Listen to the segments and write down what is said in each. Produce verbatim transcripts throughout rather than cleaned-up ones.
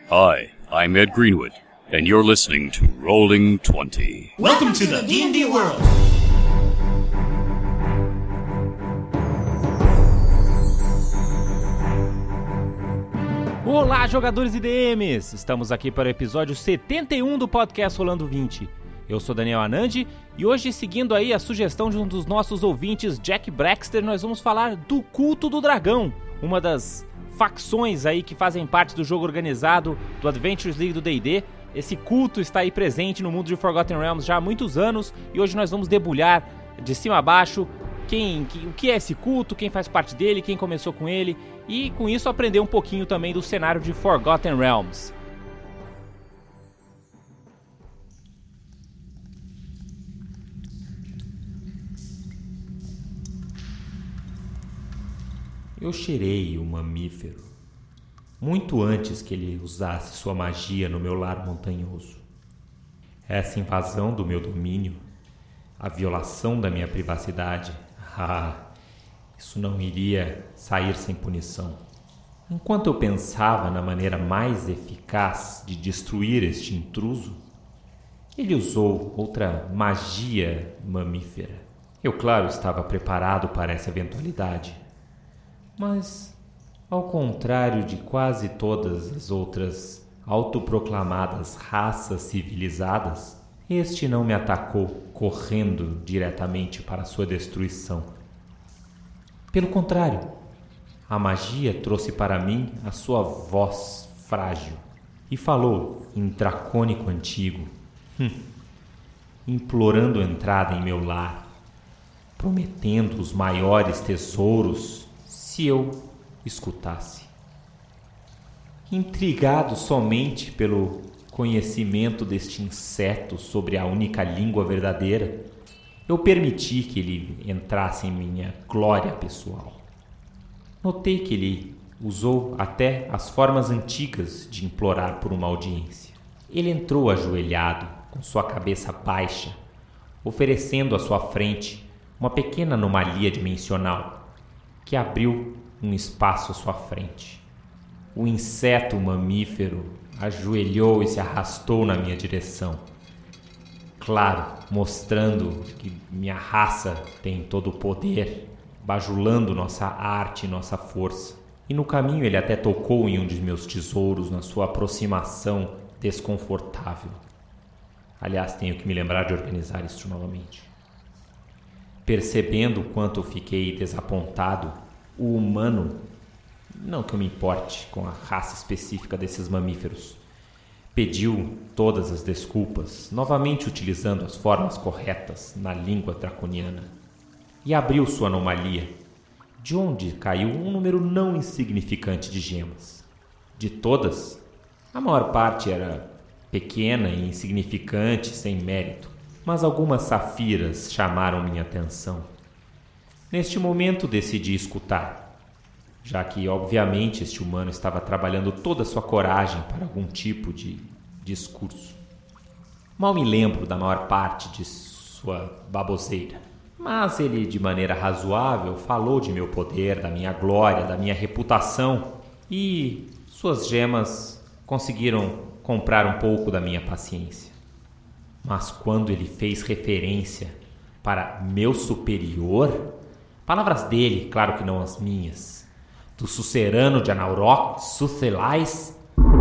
Hi, I'm Ed Greenwood, and you're listening to Rolling twenty. Welcome to the D and D world! Olá, jogadores e D Ms! Estamos aqui para o episódio setenta e um do podcast Rolando vinte. Eu sou Daniel Anandi e hoje, seguindo aí a sugestão de um dos nossos ouvintes, Jack Braxter, nós vamos falar do Culto do Dragão, uma das facções aí que fazem parte do jogo organizado do Adventures League do D e D. Esse culto está aí presente no mundo de Forgotten Realms já há muitos anos e hoje nós vamos debulhar de cima a baixo quem, que, o que é esse culto, quem faz parte dele, quem começou com ele e com isso aprender um pouquinho também do cenário de Forgotten Realms. Eu cheirei o mamífero, muito antes que ele usasse sua magia no meu lar montanhoso. Essa invasão do meu domínio, a violação da minha privacidade, ah, isso não iria sair sem punição. Enquanto eu pensava na maneira mais eficaz de destruir este intruso, ele usou outra magia mamífera. Eu, claro, estava preparado para essa eventualidade. Mas, ao contrário de quase todas as outras autoproclamadas raças civilizadas, este não me atacou correndo diretamente para sua destruição. Pelo contrário, a magia trouxe para mim a sua voz frágil e falou em dracônico antigo, hum, implorando entrada em meu lar, prometendo os maiores tesouros se eu escutasse. Intrigado somente pelo conhecimento deste inseto sobre a única língua verdadeira, eu permiti que ele entrasse em minha glória pessoal. Notei que ele usou até as formas antigas de implorar por uma audiência. Ele entrou ajoelhado, com sua cabeça baixa, oferecendo à sua frente uma pequena anomalia dimensional que abriu um espaço à sua frente. O inseto mamífero ajoelhou e se arrastou na minha direção. Claro, mostrando que minha raça tem todo o poder, bajulando nossa arte e nossa força. E no caminho ele até tocou em um de meus tesouros na sua aproximação desconfortável. Aliás, tenho que me lembrar de organizar isso novamente. Percebendo o quanto eu fiquei desapontado, o humano, não que eu me importe com a raça específica desses mamíferos, pediu todas as desculpas, novamente utilizando as formas corretas na língua draconiana, e abriu sua anomalia, de onde caiu um número não insignificante de gemas. De todas, a maior parte era pequena e insignificante, sem mérito, mas algumas safiras chamaram minha atenção. Neste momento decidi escutar, já que obviamente este humano estava trabalhando toda a sua coragem para algum tipo de discurso. Mal me lembro da maior parte de sua baboseira, mas ele de maneira razoável falou de meu poder, da minha glória, da minha reputação e suas gemas conseguiram comprar um pouco da minha paciência. Mas quando ele fez referência para meu superior, palavras dele, claro que não as minhas, do sucerano de Anaurok, Sucelais.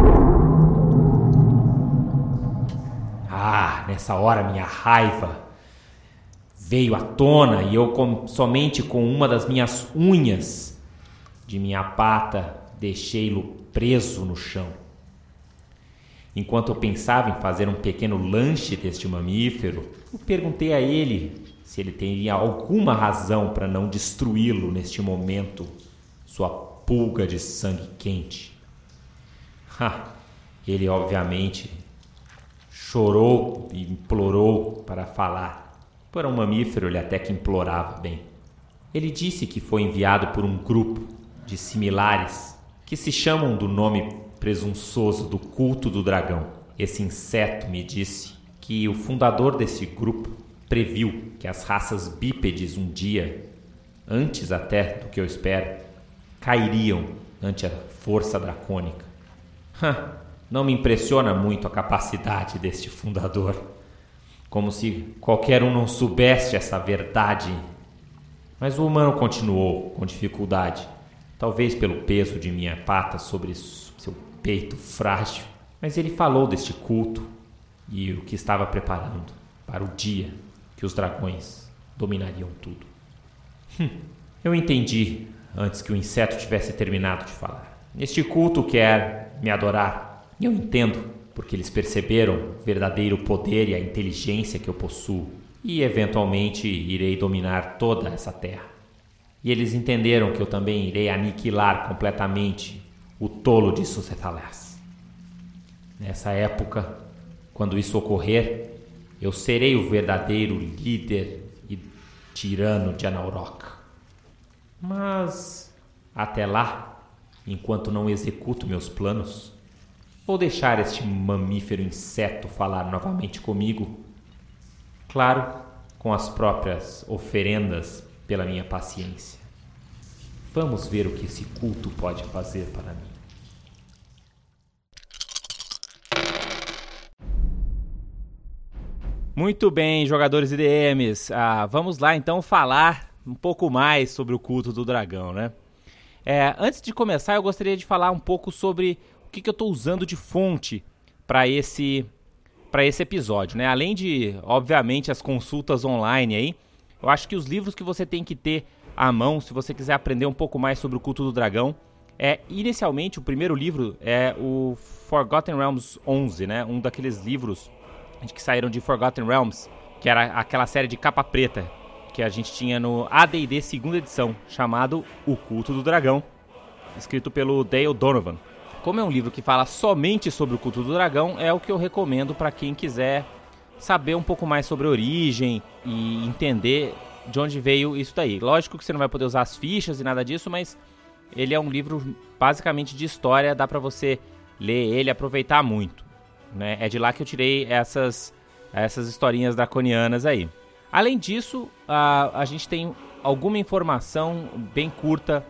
Ah, nessa hora minha raiva veio à tona e eu com, somente com uma das minhas unhas de minha pata deixei-lo preso no chão. Enquanto eu pensava em fazer um pequeno lanche deste mamífero, eu perguntei a ele se ele teria alguma razão para não destruí-lo neste momento, sua pulga de sangue quente. Ha, ele obviamente chorou e implorou para falar. Para um mamífero ele até que implorava bem. Ele disse que foi enviado por um grupo de similares que se chamam do nome presunçoso do culto do dragão. Esse inseto me disse que o fundador desse grupo previu que as raças bípedes um dia, antes até do que eu espero, cairiam ante a força dracônica. Não me impressiona muito a capacidade deste fundador. Como se qualquer um não soubesse essa verdade. Mas o humano continuou com dificuldade. Talvez pelo peso de minha pata sobre seu peito frágil. Mas ele falou deste culto e o que estava preparando para o dia que os dragões dominariam tudo. Hum, eu entendi antes que o inseto tivesse terminado de falar. Este culto quer me adorar. E eu entendo, porque eles perceberam o verdadeiro poder e a inteligência que eu possuo. E eventualmente irei dominar toda essa terra. E eles entenderam que eu também irei aniquilar completamente o tolo de Sussethalés. Nessa época, quando isso ocorrer, eu serei o verdadeiro líder e tirano de Anauroch. Mas, até lá, enquanto não executo meus planos, vou deixar este mamífero inseto falar novamente comigo. Claro, com as próprias oferendas pela minha paciência. Vamos ver o que esse culto pode fazer para mim. Muito bem, jogadores e D Ms. Ah, vamos lá então falar um pouco mais sobre o culto do dragão, né? É, antes de começar, eu gostaria de falar um pouco sobre o que, que eu estou usando de fonte para esse, para esse episódio, né? Além de, obviamente, as consultas online aí, eu acho que os livros que você tem que ter à mão, se você quiser aprender um pouco mais sobre o culto do dragão, é, inicialmente, o primeiro livro é o Forgotten Realms onze, né? Um daqueles livros que saíram de Forgotten Realms, que era aquela série de capa preta que a gente tinha no A D e D segunda edição, chamado O Culto do Dragão, escrito pelo Dale Donovan. Como é um livro que fala somente sobre o culto do dragão, é o que eu recomendo para quem quiser saber um pouco mais sobre a origem e entender de onde veio isso daí. Lógico que você não vai poder usar as fichas e nada disso, mas ele é um livro basicamente de história, dá para você ler ele e aproveitar muito, né? É de lá que eu tirei essas, essas historinhas draconianas aí. Além disso, a, a gente tem alguma informação bem curta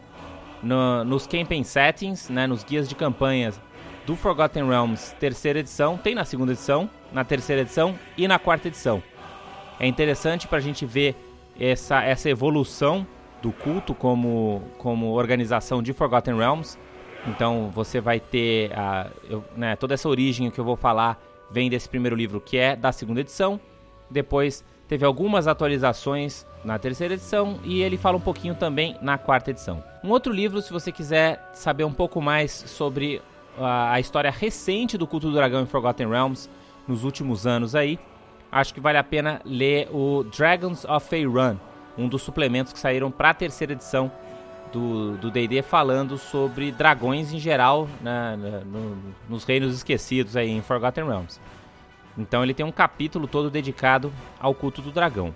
no, nos campaign settings, né, nos guias de campanhas do Forgotten Realms terceira edição. Tem na segunda edição, na terceira edição e na quarta edição. É interessante para a gente ver essa, essa evolução do culto como, como organização de Forgotten Realms. Então você vai ter a, eu, né, toda essa origem que eu vou falar vem desse primeiro livro, que é da segunda edição. Depois teve algumas atualizações na terceira edição e ele fala um pouquinho também na quarta edição. Um outro livro, se você quiser saber um pouco mais sobre a, a história recente do culto do dragão em Forgotten Realms nos últimos anos aí, acho que vale a pena ler o Dragons of Faerun, um dos suplementos que saíram para a terceira edição do D e D, falando sobre dragões em geral, né, no, nos Reinos Esquecidos aí em Forgotten Realms. Então ele tem um capítulo todo dedicado ao culto do dragão.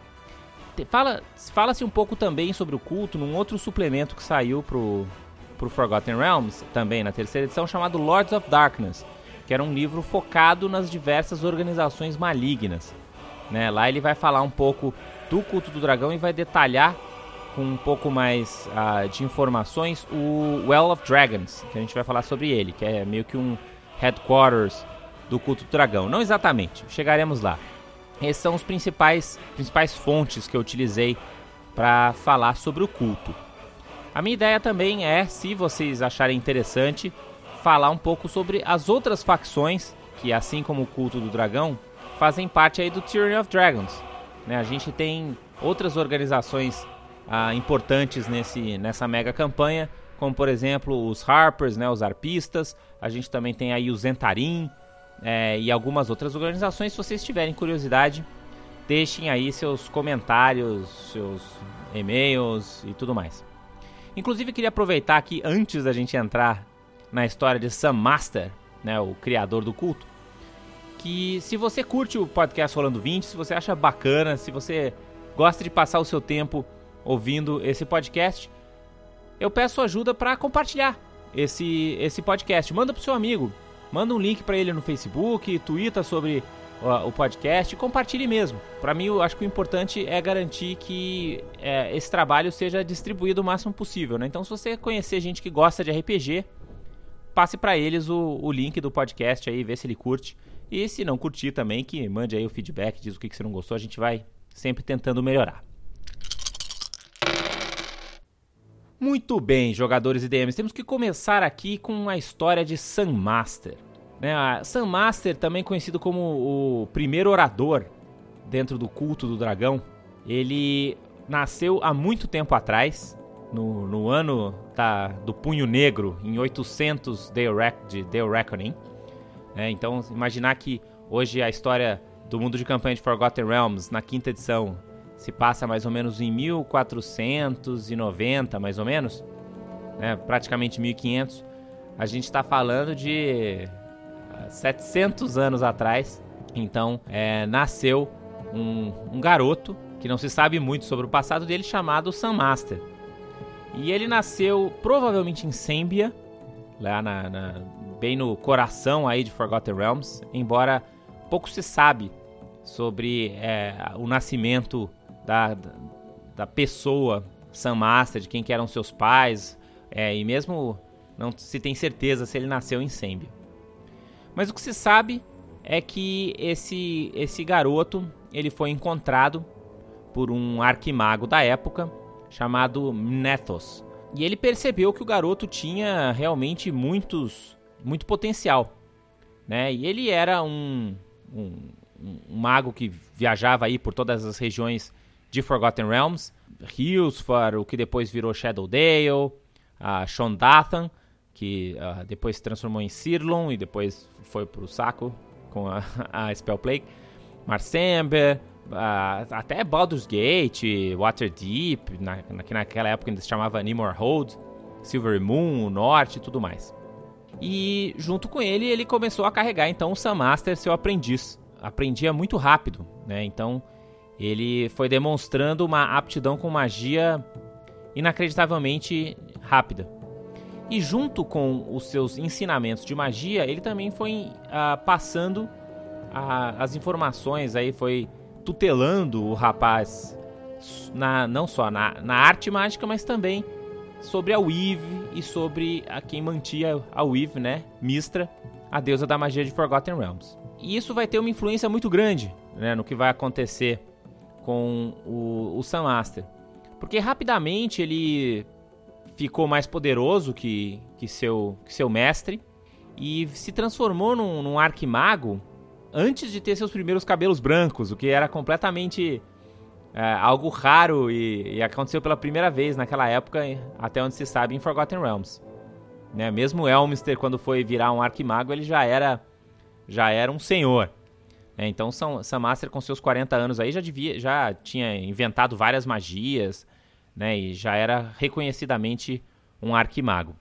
Fala, fala-se um pouco também sobre o culto num outro suplemento que saiu pro, pro Forgotten Realms, também na terceira edição, chamado Lords of Darkness, que era um livro focado nas diversas organizações malignas, né? Lá ele vai falar um pouco do culto do dragão e vai detalhar com um pouco mais uh, de informações o Well of Dragons, que a gente vai falar sobre ele, que é meio que um headquarters do culto do dragão. Não exatamente, chegaremos lá. Esses são os principais, principais fontes que eu utilizei para falar sobre o culto. A minha ideia também é, se vocês acharem interessante, falar um pouco sobre as outras facções que, assim como o culto do dragão, fazem parte aí do Tyranny of Dragons, né? A gente tem outras organizações ah, importantes nesse, nessa mega campanha, como por exemplo os Harpers, né, os arpistas. A gente também tem aí o Zentarim, É, e algumas outras organizações. Se vocês tiverem curiosidade, deixem aí seus comentários, seus e-mails e tudo mais. Inclusive, eu queria aproveitar aqui, antes da gente entrar na história de Sam Master, né, o criador do culto, que se você curte o podcast Rolando vinte, se você acha bacana, se você gosta de passar o seu tempo ouvindo esse podcast, eu peço ajuda para compartilhar esse, esse podcast. Manda pro seu amigo. Manda um link para ele no Facebook, twitta sobre uh, o podcast e compartilhe mesmo. Para mim, eu acho que o importante é garantir que é, esse trabalho seja distribuído o máximo possível, né? Então, se você conhecer gente que gosta de R P G, passe para eles o, o link do podcast aí, vê se ele curte. E se não curtir também, que mande aí o feedback, diz o que, que você não gostou, a gente vai sempre tentando melhorar. Muito bem, jogadores e D Ms, temos que começar aqui com a história de Sun Master. Né? A Sun Master, também conhecido como o primeiro orador dentro do culto do dragão, ele nasceu há muito tempo atrás, no, no ano da, do Punho Negro, em oitocentos de Day Reckoning. É, então, imaginar que hoje a história do mundo de campanha de Forgotten Realms, na quinta edição, se passa mais ou menos em mil quatrocentos e noventa, mais ou menos, né, praticamente mil e quinhentos. A gente está falando de setecentos anos atrás. Então, é, nasceu um, um garoto, que não se sabe muito sobre o passado dele, chamado Sun Master. E ele nasceu provavelmente em Sembia, lá na, na, bem no coração aí de Forgotten Realms, embora pouco se sabe sobre é, o nascimento da, da, da pessoa Sun Master, de quem que eram seus pais, é, e mesmo não se tem certeza se ele nasceu em Sembia. Mas o que se sabe é que esse, esse garoto ele foi encontrado por um arquimago da época chamado Mnethos. E ele percebeu que o garoto tinha realmente muitos, muito potencial, né? E ele era um, um, um mago que viajava aí por todas as regiões de Forgotten Realms, Hillsfar, o que depois virou Shadowdale, a Shondathan, que uh, depois se transformou em Cirlon e depois foi pro saco com a, a Spell Plague, Marsember, uh, até Baldur's Gate, Waterdeep, na, na, que naquela época ainda se chamava Nimorhold, Silver Moon, o Norte e tudo mais. E junto com ele, ele começou a carregar então o Sun Master, seu aprendiz. Aprendia muito rápido, né? Então ele foi demonstrando uma aptidão com magia inacreditavelmente rápida. E junto com os seus ensinamentos de magia, ele também foi uh, passando uh, as informações, aí foi tutelando o rapaz, na, não só na, na arte mágica, mas também sobre a Weave e sobre a quem mantia a Weave, né? Mystra, a deusa da magia de Forgotten Realms. E isso vai ter uma influência muito grande, né, no que vai acontecer com o, o Sun Master. Porque rapidamente ele ficou mais poderoso que, que, seu, que seu mestre e se transformou num, num arquimago antes de ter seus primeiros cabelos brancos, o que era completamente é, algo raro e, e aconteceu pela primeira vez naquela época, até onde se sabe, em Forgotten Realms. Né? Mesmo Elminster, quando foi virar um arquimago, ele já era, já era um senhor. É, então Sun Master, com seus quarenta anos aí, já, devia, já tinha inventado várias magias, né, e já era reconhecidamente um arquimago.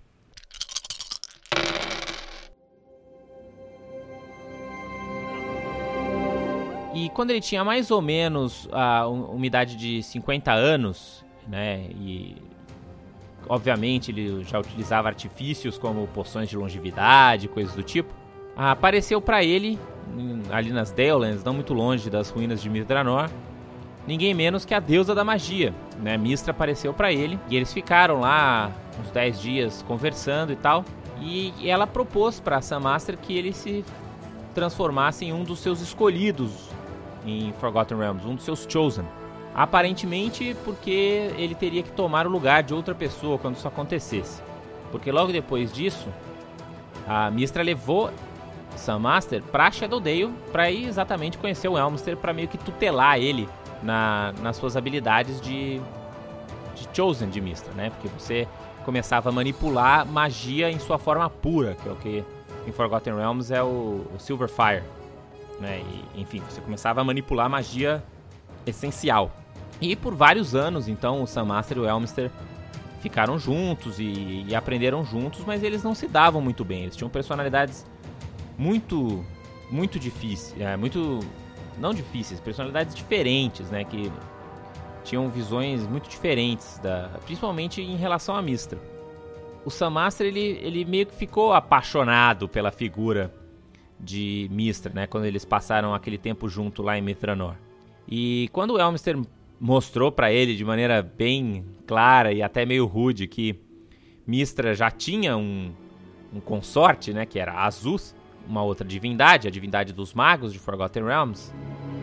E quando ele tinha mais ou menos a uma idade de cinquenta anos, né, e obviamente ele já utilizava artifícios como poções de longevidade, coisas do tipo, apareceu para ele, ali nas Dalelands, não muito longe das ruínas de Mithranor, ninguém menos que a deusa da magia, né? Mystra apareceu para ele e eles ficaram lá uns dez dias conversando e tal. E ela propôs para Sun Master que ele se transformasse em um dos seus escolhidos em Forgotten Realms, um dos seus Chosen. Aparentemente porque ele teria que tomar o lugar de outra pessoa quando isso acontecesse. Porque logo depois disso, a Mystra levou Sun Master para Shadowdale para ir exatamente conhecer o Elminster, para meio que tutelar ele Na, nas suas habilidades de, de Chosen de Mystra, né? Porque você começava a manipular magia em sua forma pura, que é o que em Forgotten Realms é o, o Silverfire, né? E, enfim, você começava a manipular magia essencial. E por vários anos, então, o Sun Master e o Elminster ficaram juntos e, e aprenderam juntos, mas eles não se davam muito bem. Eles tinham personalidades muito, muito difíceis, é, muito... não difíceis, personalidades diferentes, né, que tinham visões muito diferentes, da, principalmente em relação a Mystra. O Sun Master, ele, ele meio que ficou apaixonado pela figura de Mystra, né, quando eles passaram aquele tempo junto lá em Mithranor. E quando o Elminster mostrou para ele de maneira bem clara e até meio rude que Mystra já tinha um, um consorte, né, que era Azuth, uma outra divindade, a divindade dos magos de Forgotten Realms,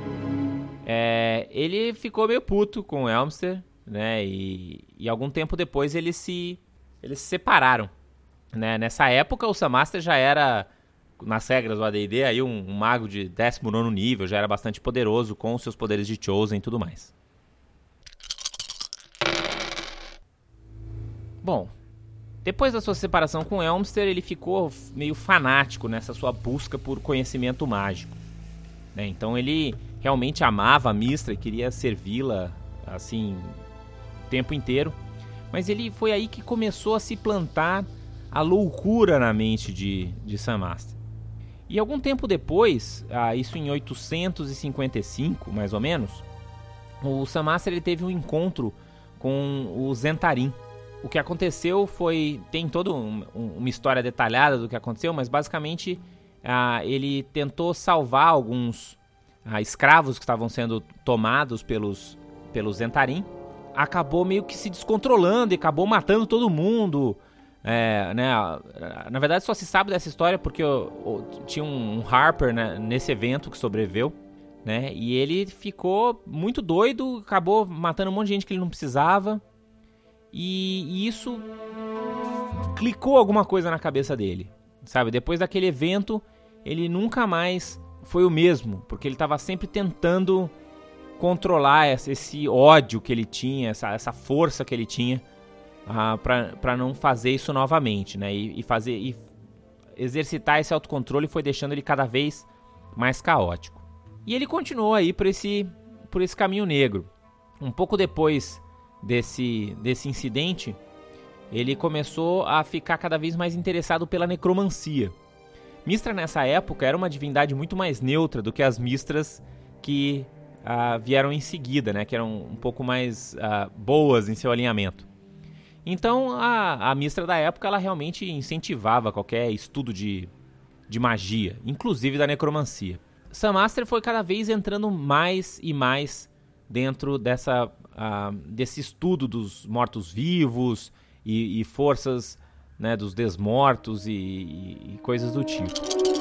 é, ele ficou meio puto com o Elminster, né, e, e algum tempo depois eles se, eles se separaram. Né? Nessa época o Sam Master já era, nas regras do A D e D, aí um, um mago de décimo nono nível, já era bastante poderoso com os seus poderes de Chosen e tudo mais. Bom, depois da sua separação com Elminster, ele ficou meio fanático nessa sua busca por conhecimento mágico. Né? Então ele realmente amava a Mystra e queria servi-la assim o tempo inteiro. Mas ele foi aí que começou a se plantar a loucura na mente de, de Sam Master. E algum tempo depois, ah, isso em oitocentos e cinquenta e cinco, mais ou menos, o Sam Master ele teve um encontro com o Zhentarim. O que aconteceu foi... Tem toda um, uma história detalhada do que aconteceu, mas basicamente ah, ele tentou salvar alguns ah, escravos que estavam sendo tomados pelos, pelos Zhentarim. Acabou meio que se descontrolando e acabou matando todo mundo. É, né, na verdade só se sabe dessa história porque o, o, tinha um Harper, né, nesse evento que sobreviveu, né, e ele ficou muito doido, acabou matando um monte de gente que ele não precisava, e, e isso clicou alguma coisa na cabeça dele, sabe? Depois daquele evento ele nunca mais foi o mesmo, porque ele estava sempre tentando controlar esse, esse ódio que ele tinha, essa, essa força que ele tinha, Uh, para não fazer isso novamente, né? E, e fazer e exercitar esse autocontrole foi deixando ele cada vez mais caótico. E ele continuou aí por esse, por esse caminho negro. Um pouco depois desse, desse incidente, ele começou a ficar cada vez mais interessado pela necromancia. Mystra nessa época era uma divindade muito mais neutra do que as Mystras que uh, vieram em seguida, né? Que eram um pouco mais uh, boas em seu alinhamento. Então, a, a Mystra da época, ela realmente incentivava qualquer estudo de, de magia, inclusive da necromancia. Sam Master foi cada vez entrando mais e mais dentro dessa, uh, desse estudo dos mortos-vivos e, e forças, né, dos desmortos e, e, e coisas do tipo.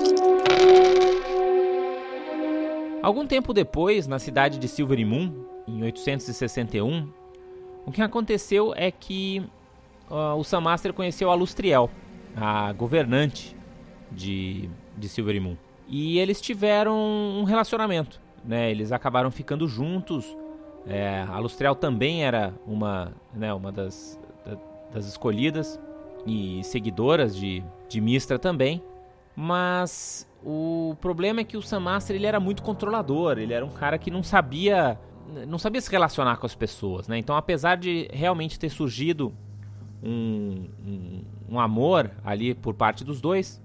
Algum tempo depois, na cidade de Silverymoon, em oitocentos e sessenta e um, o que aconteceu é que uh, o Sam Master conheceu a Lustriel, a governante de, de Silverymoon. E eles tiveram um relacionamento, né? Eles acabaram ficando juntos. É, a Lustriel também era uma, né, uma das, das escolhidas e seguidoras de, de Mystra também. Mas o problema é que o Sam Master ele era muito controlador. Ele era um cara que não sabia... não sabia se relacionar com as pessoas, né? Então, apesar de realmente ter surgido um, um, um amor ali por parte dos dois,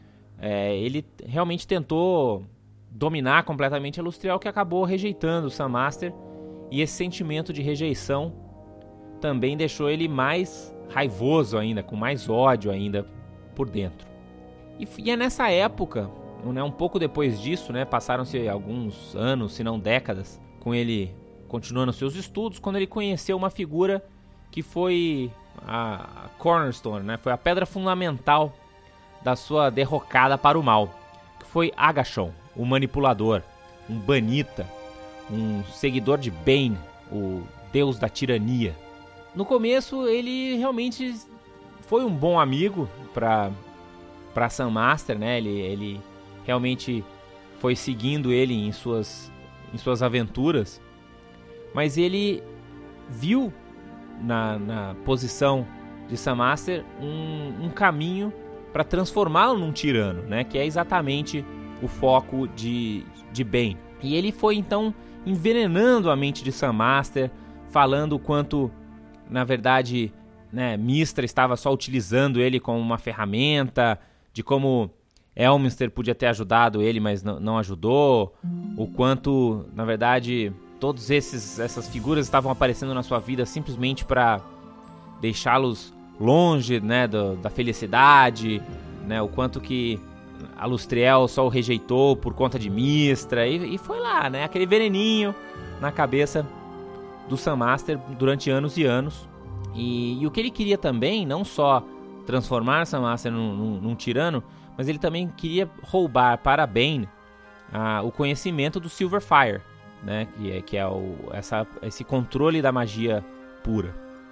é, ele realmente tentou dominar completamente a Lustriel, que acabou rejeitando o Sam Master, e esse sentimento de rejeição também deixou ele mais raivoso ainda, com mais ódio ainda por dentro. E, e é nessa época, né, um pouco depois disso, né, passaram-se alguns anos, se não décadas, com ele continuando seus estudos, quando ele conheceu uma figura que foi a cornerstone, né? Foi a pedra fundamental da sua derrocada para o mal, que foi Agashon, o manipulador, um Banita, um seguidor de Bane, o deus da tirania. No começo ele realmente foi um bom amigo para para Sam Master, né? Ele, ele realmente foi seguindo ele em suas em suas aventuras, mas ele viu na, na posição de Sam Master um, um caminho para transformá-lo num tirano, né? Que é exatamente o foco de, de Bane. E ele foi então envenenando a mente de Sam Master, falando o quanto, na verdade, né, Mystra estava só utilizando ele como uma ferramenta, de como Elminster podia ter ajudado ele, mas não, não ajudou, o quanto, na verdade, todas essas figuras estavam aparecendo na sua vida simplesmente para deixá-los longe, né, do, da felicidade, né, o quanto que a Lustriel só o rejeitou por conta de Mystra, e, e foi lá, né, aquele veneninho na cabeça do Sam Master durante anos e anos. E, e o que ele queria também, não só transformar Sam Master num, num, num tirano, mas ele também queria roubar para Bane ah, o conhecimento do Silverfire, né? Que é, que é o, essa, esse controle da magia pura.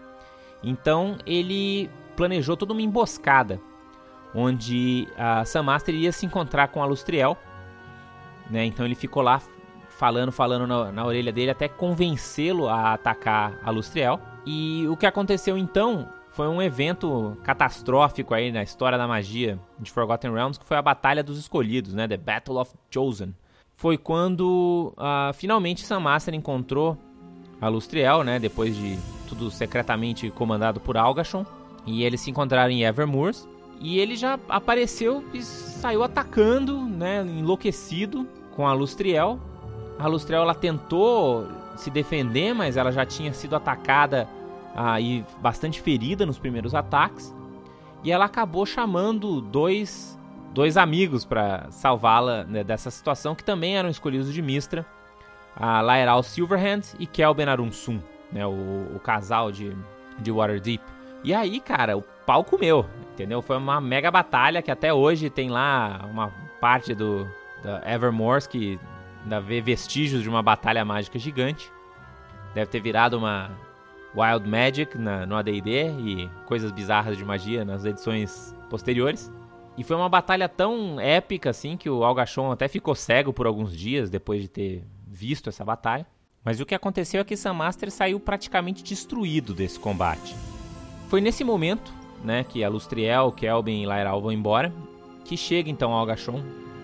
Então ele planejou toda uma emboscada, onde a Sam Master iria se encontrar com a Alustriel, né? Então ele ficou lá falando, falando na, na orelha dele até convencê-lo a atacar a Alustriel. E o que aconteceu então foi um evento catastrófico aí na história da magia de Forgotten Realms, que foi a Batalha dos Escolhidos, né? The Battle of Chosen. Foi quando uh, finalmente Sam Master encontrou a Alustriel, né? Depois de tudo secretamente comandado por Algashon. E eles se encontraram em Evermoors. E ele já apareceu e saiu atacando, né? Enlouquecido com a Alustriel. A Alustriel ela tentou se defender, mas ela já tinha sido atacada ah, e bastante ferida nos primeiros ataques. E ela acabou chamando dois, dois amigos para salvá-la, né, dessa situação, que também eram escolhidos de Mystra, a Laeral Silverhand e Kelben Arunsun, né, o, o casal de, de Waterdeep. E aí, cara, o pau comeu, entendeu? Foi uma mega batalha que até hoje tem lá uma parte do da Evermoors que ainda vê vestígios de uma batalha mágica gigante. Deve ter virado uma Wild Magic na, no A D e D e coisas bizarras de magia nas edições posteriores. E foi uma batalha tão épica assim que o Algashon até ficou cego por alguns dias depois de ter visto essa batalha. Mas o que aconteceu é que Sam Master saiu praticamente destruído desse combate. Foi nesse momento, né, que a Alustriel, Kelben e Laeral vão embora, que chega então o Algashon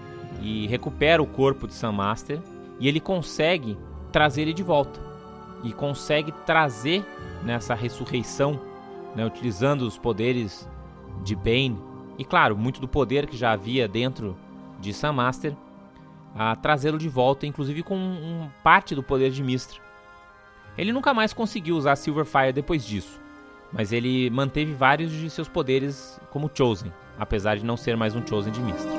e recupera o corpo de Sam Master e ele consegue trazer ele de volta. E consegue trazer nessa ressurreição, né, utilizando os poderes de Bane e, claro, muito do poder que já havia dentro de Sam Master, a trazê-lo de volta, inclusive com um, parte do poder de Mystra. Ele nunca mais conseguiu usar Silverfire depois disso, mas ele manteve vários de seus poderes como Chosen, apesar de não ser mais um Chosen de Mystra.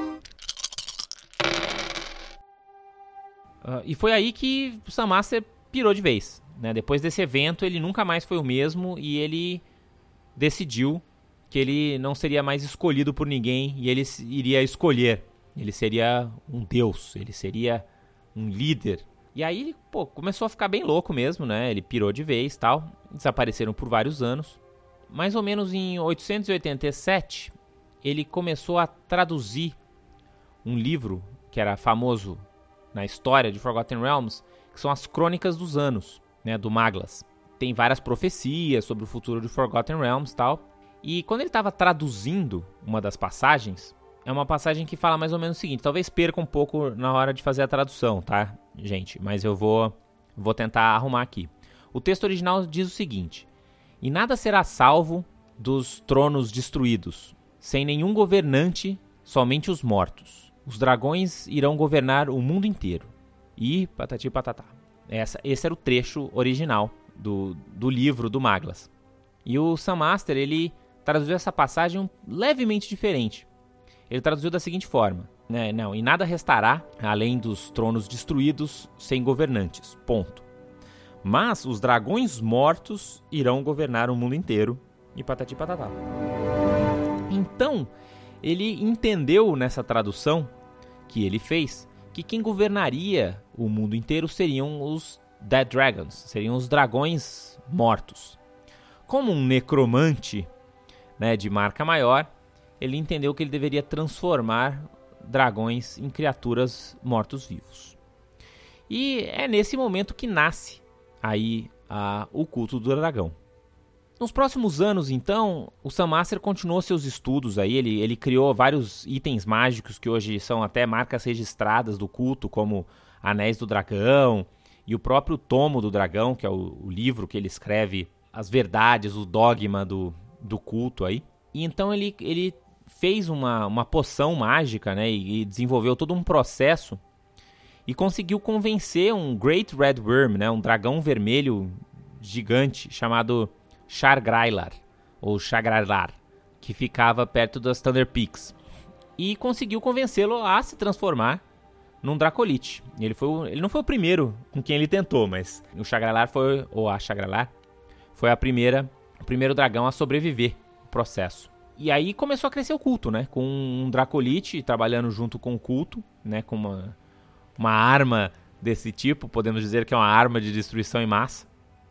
Uh, e foi aí que o Sam Master pirou de vez, né? Depois desse evento ele nunca mais foi o mesmo e ele decidiu que ele não seria mais escolhido por ninguém e ele iria escolher. Ele seria um deus, ele seria um líder. E aí, pô, começou a ficar bem louco mesmo, né? Ele pirou de vez e tal. Desapareceram por vários anos. Mais ou menos em oitocentos e oitenta e sete, ele começou a traduzir um livro que era famoso na história de Forgotten Realms, que são as Crônicas dos Anos, né, do Maglas. Tem várias profecias sobre o futuro de Forgotten Realms e tal. E quando ele estava traduzindo uma das passagens, é uma passagem que fala mais ou menos o seguinte, talvez perca um pouco na hora de fazer a tradução, tá, gente? Mas eu vou, vou tentar arrumar aqui. O texto original diz o seguinte: e nada será salvo dos tronos destruídos, sem nenhum governante, somente os mortos. Os dragões irão governar o mundo inteiro. E patati patatá. Essa, esse era o trecho original do, do livro do Maglas. E o Sam Master, ele traduziu essa passagem levemente diferente. Ele traduziu da seguinte forma, né? Não, e nada restará, além dos tronos destruídos, sem governantes, ponto. Mas os dragões mortos irão governar o mundo inteiro, e patati patatá. Então, ele entendeu nessa tradução que ele fez, que quem governaria o mundo inteiro seriam os Dead Dragons, seriam os dragões mortos. Como um necromante, né, de marca maior, ele entendeu que ele deveria transformar dragões em criaturas mortos-vivos. E é nesse momento que nasce aí a, o culto do dragão. Nos próximos anos, então, o Sam Master continuou seus estudos aí, ele, ele criou vários itens mágicos que hoje são até marcas registradas do culto, como Anéis do Dragão e o próprio Tomo do Dragão, que é o, o livro que ele escreve as verdades, o dogma do, do culto aí. E então ele, ele fez uma, uma poção mágica, né, e, e desenvolveu todo um processo e conseguiu convencer um Great Red Worm, né, um dragão vermelho gigante chamado Shargrailar, ou Shagralar, que ficava perto das Thunder Peaks, e conseguiu convencê-lo a se transformar num Dracolite. Ele, foi o, ele não foi o primeiro com quem ele tentou, mas o Shagralar foi, ou a Shagralar, foi a primeira, o primeiro dragão a sobreviver ao processo. E aí começou a crescer o culto, né? Com um Dracolite trabalhando junto com o culto, né? Com uma, uma arma desse tipo, podemos dizer que é uma arma de destruição em massa.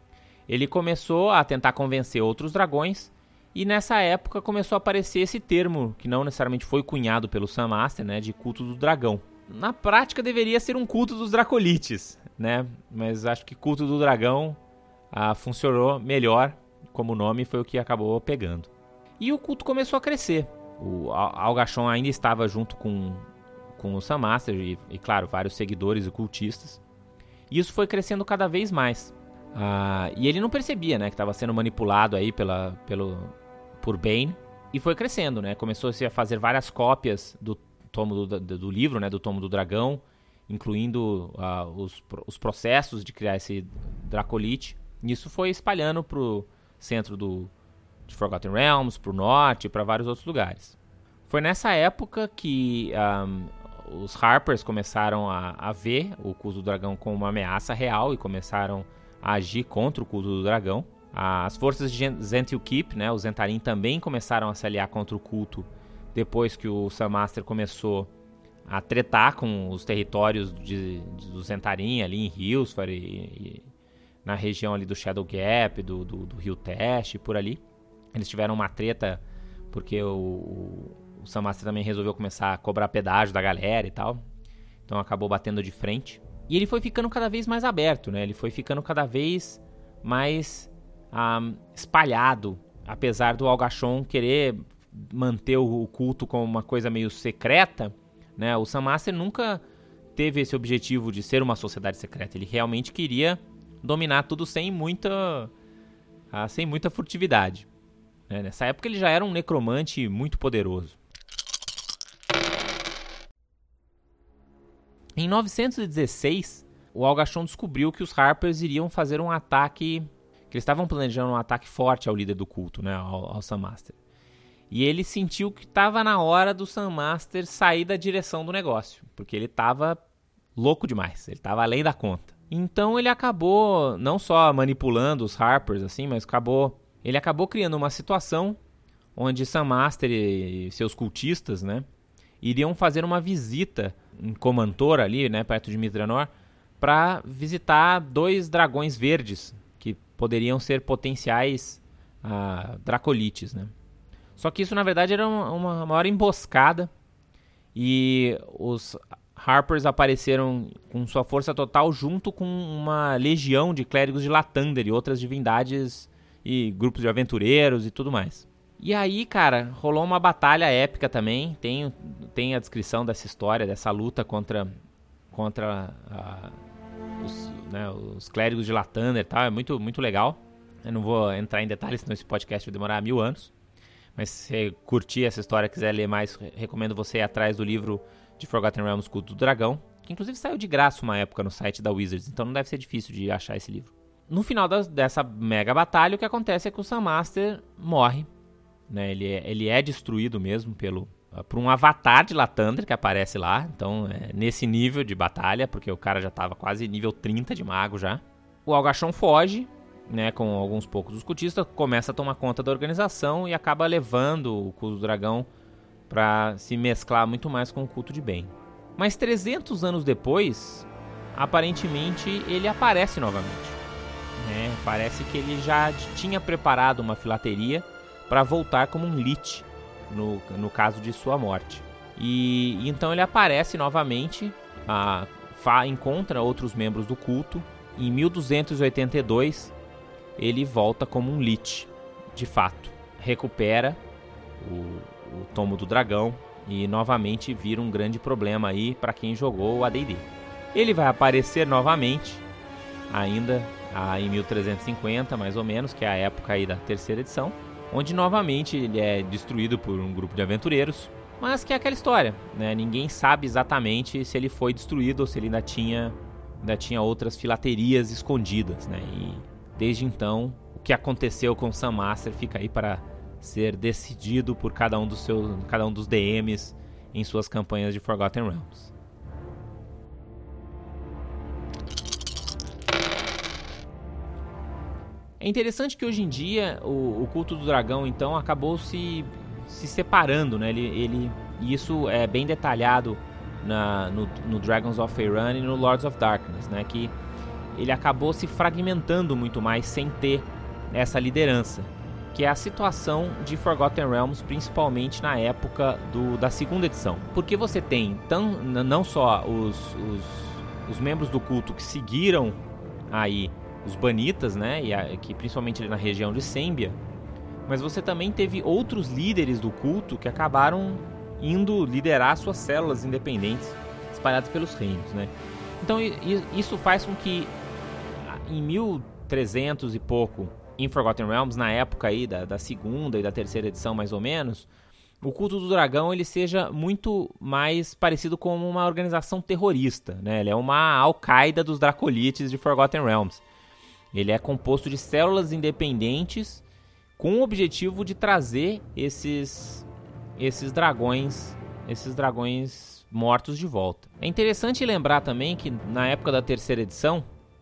Ele começou a tentar convencer outros dragões, e nessa época começou a aparecer esse termo, que não necessariamente foi cunhado pelo Sun Master, né? De culto do dragão. Na prática deveria ser um culto dos Dracolites, né? Mas acho que culto do dragão ah, funcionou melhor como nome, foi o que acabou pegando. E o culto começou a crescer. O Algachon ainda estava junto com, com o Sun Master e, e, claro, vários seguidores e cultistas. E isso foi crescendo cada vez mais. Ah, e ele não percebia, né, que estava sendo manipulado aí pela, pelo, por Bane. E foi crescendo, né? Começou-se a fazer várias cópias do tomo do, do, do livro, né, do tomo do dragão, incluindo ah, os, os processos de criar esse Dracolite. E isso foi espalhando para o centro do... de Forgotten Realms, para o norte e para vários outros lugares. Foi nessa época que um, os Harpers começaram a, a ver o culto do dragão como uma ameaça real e começaram a agir contra o culto do dragão. As forças de Zhentarim Keep, né, os Zhentarim, também começaram a se aliar contra o culto depois que o Sun Master começou a tretar com os territórios de, de, do Zhentarim ali em Hillsfar e, e na região ali do Shadow Gap, do, do, do Rio Test e por ali. Eles tiveram uma treta porque o, o, o Sun Master também resolveu começar a cobrar pedágio da galera e tal. Então acabou batendo de frente. E ele foi ficando cada vez mais aberto, né? Ele foi ficando cada vez mais um, espalhado. Apesar do Algachon querer manter o, o culto como uma coisa meio secreta, né? O Sun Master nunca teve esse objetivo de ser uma sociedade secreta. Ele realmente queria dominar tudo sem muita, uh, sem muita furtividade. É, nessa época ele já era um necromante muito poderoso. Em novecentos e dezesseis, o Algachon descobriu que os Harpers iriam fazer um ataque, que eles estavam planejando um ataque forte ao líder do culto, né, ao, ao Sun Master. E ele sentiu que estava na hora do Sun Master sair da direção do negócio, porque ele estava louco demais, ele estava além da conta. Então ele acabou não só manipulando os Harpers, assim, mas acabou... Ele acabou criando uma situação onde Sun Master e seus cultistas, né, iriam fazer uma visita em Comantor ali, né, perto de Mithranor, para visitar dois dragões verdes que poderiam ser potenciais ah, Dracolites, né. Só que isso na verdade era uma, uma maior emboscada e os Harpers apareceram com sua força total junto com uma legião de clérigos de Lathander e outras divindades e grupos de aventureiros e tudo mais. E aí, cara, rolou uma batalha épica também. Tem, tem a descrição dessa história, dessa luta contra, contra uh, os, né, os clérigos de Lathander e tal. É muito, muito legal. Eu não vou entrar em detalhes, senão esse podcast vai demorar mil anos. Mas se você curtir essa história e quiser ler mais, recomendo você ir atrás do livro de Forgotten Realms, Culto do Dragão, que inclusive saiu de graça uma época no site da Wizards, então não deve ser difícil de achar esse livro. No final das, dessa mega batalha, o que acontece é que o Sun Master morre, né? Ele, é, ele é destruído mesmo pelo, por um avatar de Lathander que aparece lá. Então, é nesse nível de batalha, porque o cara já estava quase nível trinta de mago já. O Algachon foge, né, com alguns poucos dos cultistas, começa a tomar conta da organização e acaba levando o culto do dragão para se mesclar muito mais com o culto de Bane. Mas trezentos anos depois, aparentemente, ele aparece novamente. É, parece que ele já tinha preparado uma filateria para voltar como um Lich no, no caso de sua morte. E, e então ele aparece novamente, a, fa, encontra outros membros do culto. Em mil duzentos e oitenta e dois ele volta como um Lich, de fato. Recupera o, o tomo do dragão e novamente vira um grande problema aí para quem jogou o A D e D. Ele vai aparecer novamente, ainda ah, em mil trezentos e cinquenta, mais ou menos, que é a época aí da terceira edição, onde novamente ele é destruído por um grupo de aventureiros, mas que é aquela história, né? Ninguém sabe exatamente se ele foi destruído ou se ele ainda tinha, ainda tinha outras filaterias escondidas, né? E desde então, o que aconteceu com o Sun Master fica aí para ser decidido por cada um dos seus, cada um dos D Ms em suas campanhas de Forgotten Realms. É interessante que hoje em dia o, o culto do dragão então acabou se, se separando, né? Ele, ele, e isso é bem detalhado na, no, no Dragons of Faerun e no Lords of Darkness, né? Que ele acabou se fragmentando muito mais sem ter essa liderança, que é a situação de Forgotten Realms, principalmente na época do, da segunda edição. Porque você tem tão, não só os, os, os membros do culto que seguiram aí os Banitas, né, e a, que principalmente ali na região de Sembia, mas você também teve outros líderes do culto que acabaram indo liderar suas células independentes espalhadas pelos reinos, né? Então isso faz com que em mil e trezentos e pouco, em Forgotten Realms, na época aí da, da segunda e da terceira edição mais ou menos, o culto do dragão ele seja muito mais parecido com uma organização terrorista, né? Ele é uma Al-Qaeda dos Dracolites de Forgotten Realms. Ele é composto de células independentes com o objetivo de trazer esses, esses dragões, esses dragões mortos de volta. É interessante lembrar também que na época da terceira edição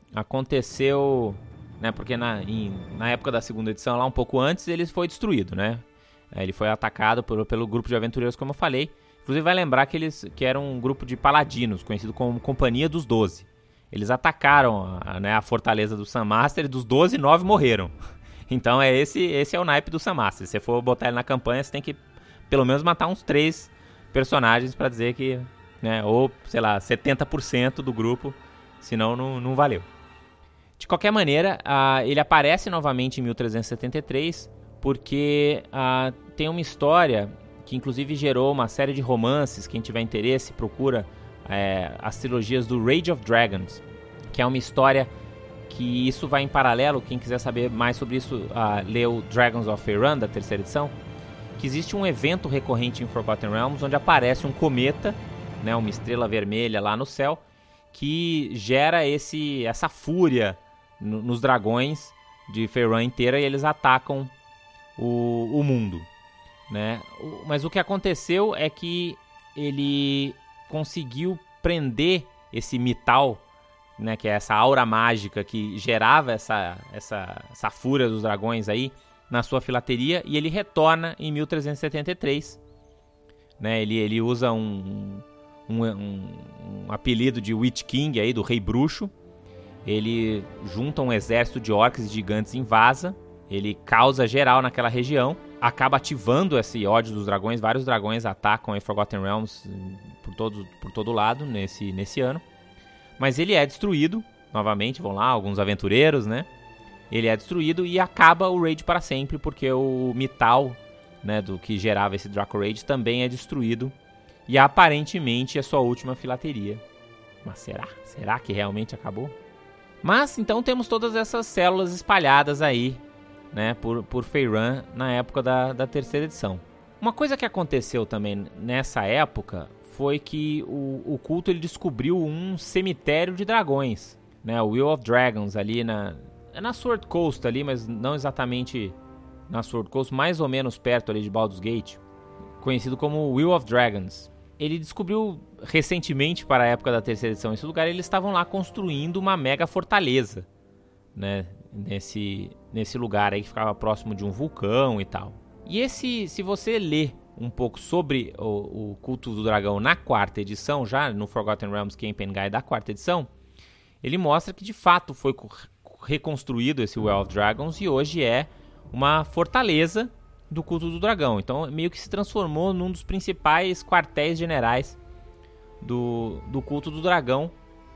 aconteceu, né, porque na, em, na época da segunda edição, lá um pouco antes, ele foi destruído, né? Ele foi atacado por, pelo grupo de aventureiros, como eu falei. Inclusive vai lembrar que eles que eram um grupo de paladinos, conhecido como Companhia dos Doze. Eles atacaram a, né, a fortaleza do Sun Master e dos doze, nove morreram. Então é esse, esse é o naipe do Sun Master. Se você for botar ele na campanha, você tem que pelo menos matar uns três personagens para dizer que, né, ou, sei lá, setenta por cento do grupo, senão não, não valeu. De qualquer maneira, uh, ele aparece novamente em mil trezentos e setenta e três porque uh, tem uma história que inclusive gerou uma série de romances. Quem tiver interesse procura uh, as trilogias do Rage of Dragons, que é uma história que isso vai em paralelo. Quem quiser saber mais sobre isso, uh, lê o Dragons of Faerun, da terceira edição, que existe um evento recorrente em Forgotten Realms onde aparece um cometa, né, uma estrela vermelha lá no céu, que gera esse, essa fúria no, nos dragões de Faerun inteira, e eles atacam o, o mundo, né? O, mas o que aconteceu é que ele conseguiu prender esse mital, né, que é essa aura mágica que gerava essa, essa, essa fúria dos dragões aí, na sua filateria, e ele retorna em mil trezentos e setenta e três. Né? Ele, ele usa um... Um, um, um apelido de Witch King aí, do Rei Bruxo. Ele junta um exército de orcs e gigantes em Vaza. Ele causa geral naquela região, acaba ativando esse ódio dos dragões. Vários dragões atacam a Forgotten Realms por todo, por todo lado nesse, nesse ano. Mas ele é destruído novamente. Vão lá alguns aventureiros, né? Ele é destruído e acaba o raid para sempre, porque o mital, né, do que gerava esse Draco Raid também é destruído. E aparentemente é sua última filateria. Mas será? Será que realmente acabou? Mas então temos todas essas células espalhadas aí, né, por, por Faerun na época da, da terceira edição. Uma coisa que aconteceu também nessa época foi que o, o culto ele descobriu um cemitério de dragões, né, o Will of Dragons ali na, na Sword Coast ali, mas não exatamente na Sword Coast, mais ou menos perto ali de Baldur's Gate, conhecido como Will of Dragons. Ele descobriu recentemente, para a época da terceira edição, esse lugar. Eles estavam lá construindo uma mega fortaleza, né, nesse, nesse lugar aí que ficava próximo de um vulcão e tal. E esse, se você ler um pouco sobre o, o culto do dragão na quarta edição, já no Forgotten Realms Campaign Guide da quarta edição, ele mostra que de fato foi reconstruído esse Well of Dragons e hoje é uma fortaleza do culto do dragão. Então meio que se transformou num dos principais quartéis generais do, do culto do dragão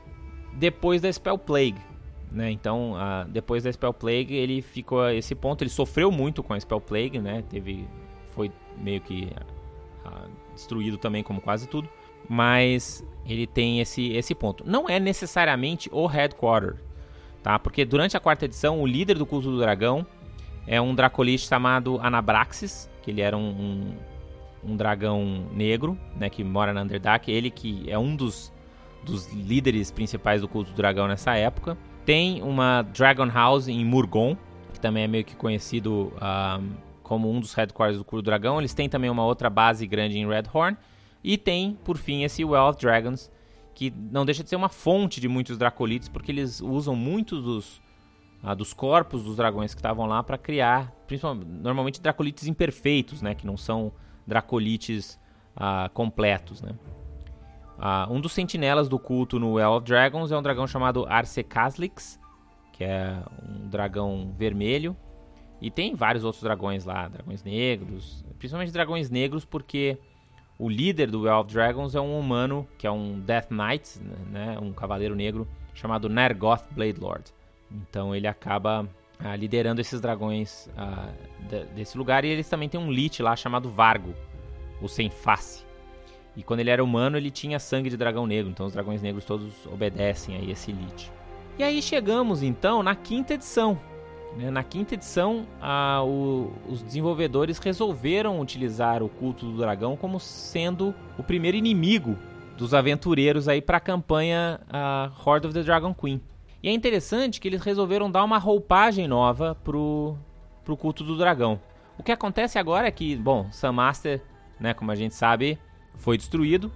depois da Spell Plague, né? Então uh, depois da Spell Plague ele ficou a esse ponto. Ele sofreu muito com a Spell Plague, né? Teve, foi meio que uh, destruído também, como quase tudo, mas ele tem esse, esse ponto. Não é necessariamente o Headquarter, tá? Porque durante a quarta edição o líder do culto do dragão é um Dracolich chamado Anabraxis, que ele era um, um, um dragão negro, né, que mora na Underdark. Ele que é um dos, dos líderes principais do culto do dragão nessa época. Tem uma Dragon House em Murgon, que também é meio que conhecido um, como um dos headquarters do culto do dragão. Eles têm também uma outra base grande em Redhorn. E tem, por fim, esse Well of Dragons, que não deixa de ser uma fonte de muitos Dracolites, porque eles usam muitos dos... Ah, dos corpos dos dragões que estavam lá para criar, principalmente, normalmente Dracolites imperfeitos, né, que não são Dracolites uh, completos, né? Uh, um dos sentinelas do culto no Well of Dragons é um dragão chamado Arcecaslix, que é um dragão vermelho. E tem vários outros dragões lá, dragões negros, principalmente dragões negros, porque o líder do Well of Dragons é um humano, que é um Death Knight, né, um cavaleiro negro, chamado Nergoth Bladelord. Então ele acaba ah, liderando esses dragões ah, de, desse lugar, e eles também têm um Lich lá chamado Vargo, o Sem Face. E quando ele era humano, ele tinha sangue de dragão negro, então os dragões negros todos obedecem a esse Lich. E aí chegamos então na quinta edição. Na quinta edição, ah, o, os desenvolvedores resolveram utilizar o culto do dragão como sendo o primeiro inimigo dos aventureiros aí para a campanha ah, Horde of the Dragon Queen. E é interessante que eles resolveram dar uma roupagem nova pro, pro culto do dragão. O que acontece agora é que, bom, Sun Master, né, como a gente sabe, foi destruído.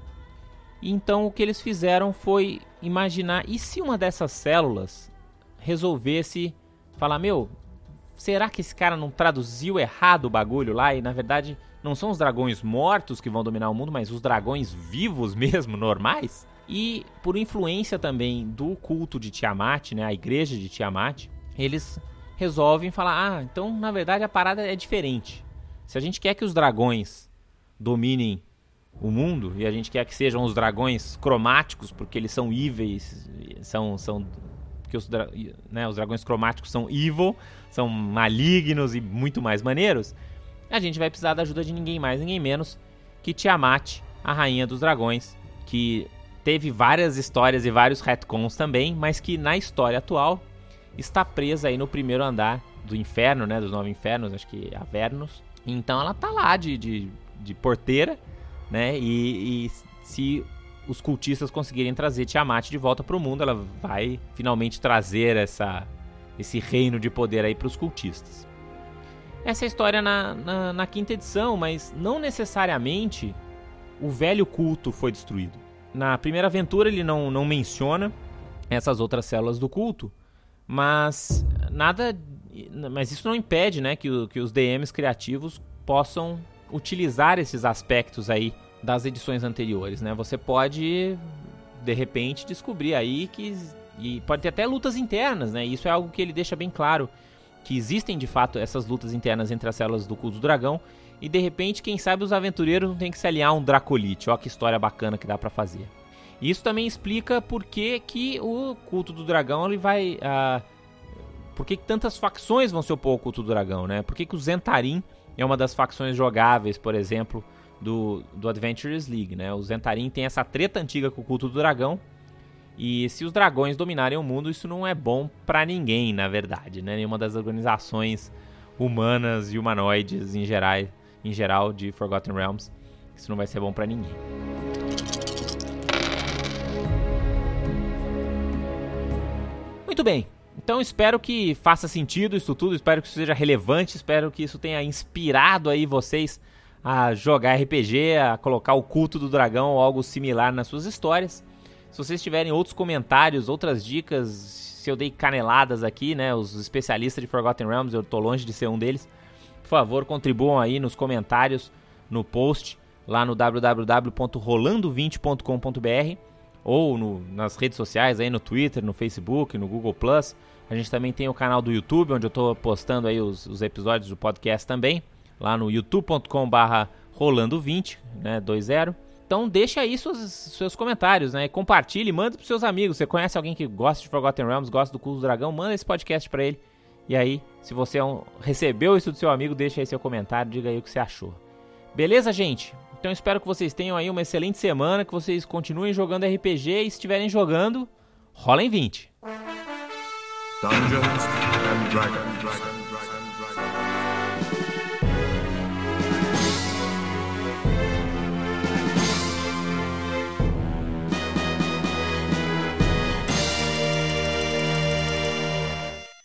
E então o que eles fizeram foi imaginar, e se uma dessas células resolvesse falar, meu, será que esse cara não traduziu errado o bagulho lá? E na verdade não são os dragões mortos que vão dominar o mundo, mas os dragões vivos mesmo, normais? E por influência também do culto de Tiamat, né, a igreja de Tiamat, eles resolvem falar, ah, então na verdade a parada é diferente. Se a gente quer que os dragões dominem o mundo, e a gente quer que sejam os dragões cromáticos, porque eles são evil's, são... são que os, dra- né, os dragões cromáticos são evil, são malignos e muito mais maneiros, a gente vai precisar da ajuda de ninguém mais, ninguém menos que Tiamat, a rainha dos dragões, que teve várias histórias e vários retcons também, mas que na história atual está presa aí no primeiro andar do inferno, né, dos nove infernos, acho que Avernus. Então ela tá lá de, de, de porteira, né, e, e se os cultistas conseguirem trazer Tiamat de volta para o mundo, ela vai finalmente trazer essa, esse reino de poder aí para os cultistas. Essa é a história na, na, na quinta edição, mas não necessariamente o velho culto foi destruído. Na primeira aventura ele não, não menciona essas outras células do culto, mas nada, mas isso não impede, né, que, o, que os D Ms criativos possam utilizar esses aspectos aí das edições anteriores, né? Você pode, de repente, descobrir aí que... E pode ter até lutas internas, né? Isso é algo que ele deixa bem claro, que existem, de fato, essas lutas internas entre as células do culto do dragão, e, de repente, quem sabe os aventureiros não tem que se aliar a um Dracolite. Ó, que história bacana que dá pra fazer. E isso também explica por que, que o culto do dragão, ele vai... Uh, por que, que tantas facções vão se opor ao culto do dragão, né? Por que, que o Zentarim é uma das facções jogáveis, por exemplo, Do, do Adventurers League, né? O Zentarim tem essa treta antiga com o culto do dragão, e se os dragões dominarem o mundo, isso não é bom pra ninguém, na verdade, né? Nenhuma das organizações humanas e humanoides em geral, em geral de Forgotten Realms, isso não vai ser bom pra ninguém. Muito bem, então espero que faça sentido isso tudo, espero que isso seja relevante, espero que isso tenha inspirado aí vocês a jogar R P G, a colocar o culto do dragão ou algo similar nas suas histórias. Se vocês tiverem outros comentários, outras dicas, se eu dei caneladas aqui, né, os especialistas de Forgotten Realms, eu tô longe de ser um deles, por favor, contribuam aí nos comentários, no post, lá no w w w ponto rolando vinte ponto com ponto b r ou no, nas redes sociais, aí no Twitter, no Facebook, no Google plus. A gente também tem o canal do YouTube, onde eu tô postando aí os, os episódios do podcast também, lá no youtube ponto com barra rolando vinte, né, dois zero. Então deixa aí seus, seus comentários, né, compartilhe, manda pros seus amigos. Você conhece alguém que gosta de Forgotten Realms, gosta do culto do dragão, manda esse podcast pra ele. E aí, se você é um, recebeu isso do seu amigo, deixa aí seu comentário, diga aí o que você achou. Beleza, gente? Então espero que vocês tenham aí uma excelente semana, que vocês continuem jogando R P G, e se estiverem jogando, rolem vinte. Dungeons and Dragons.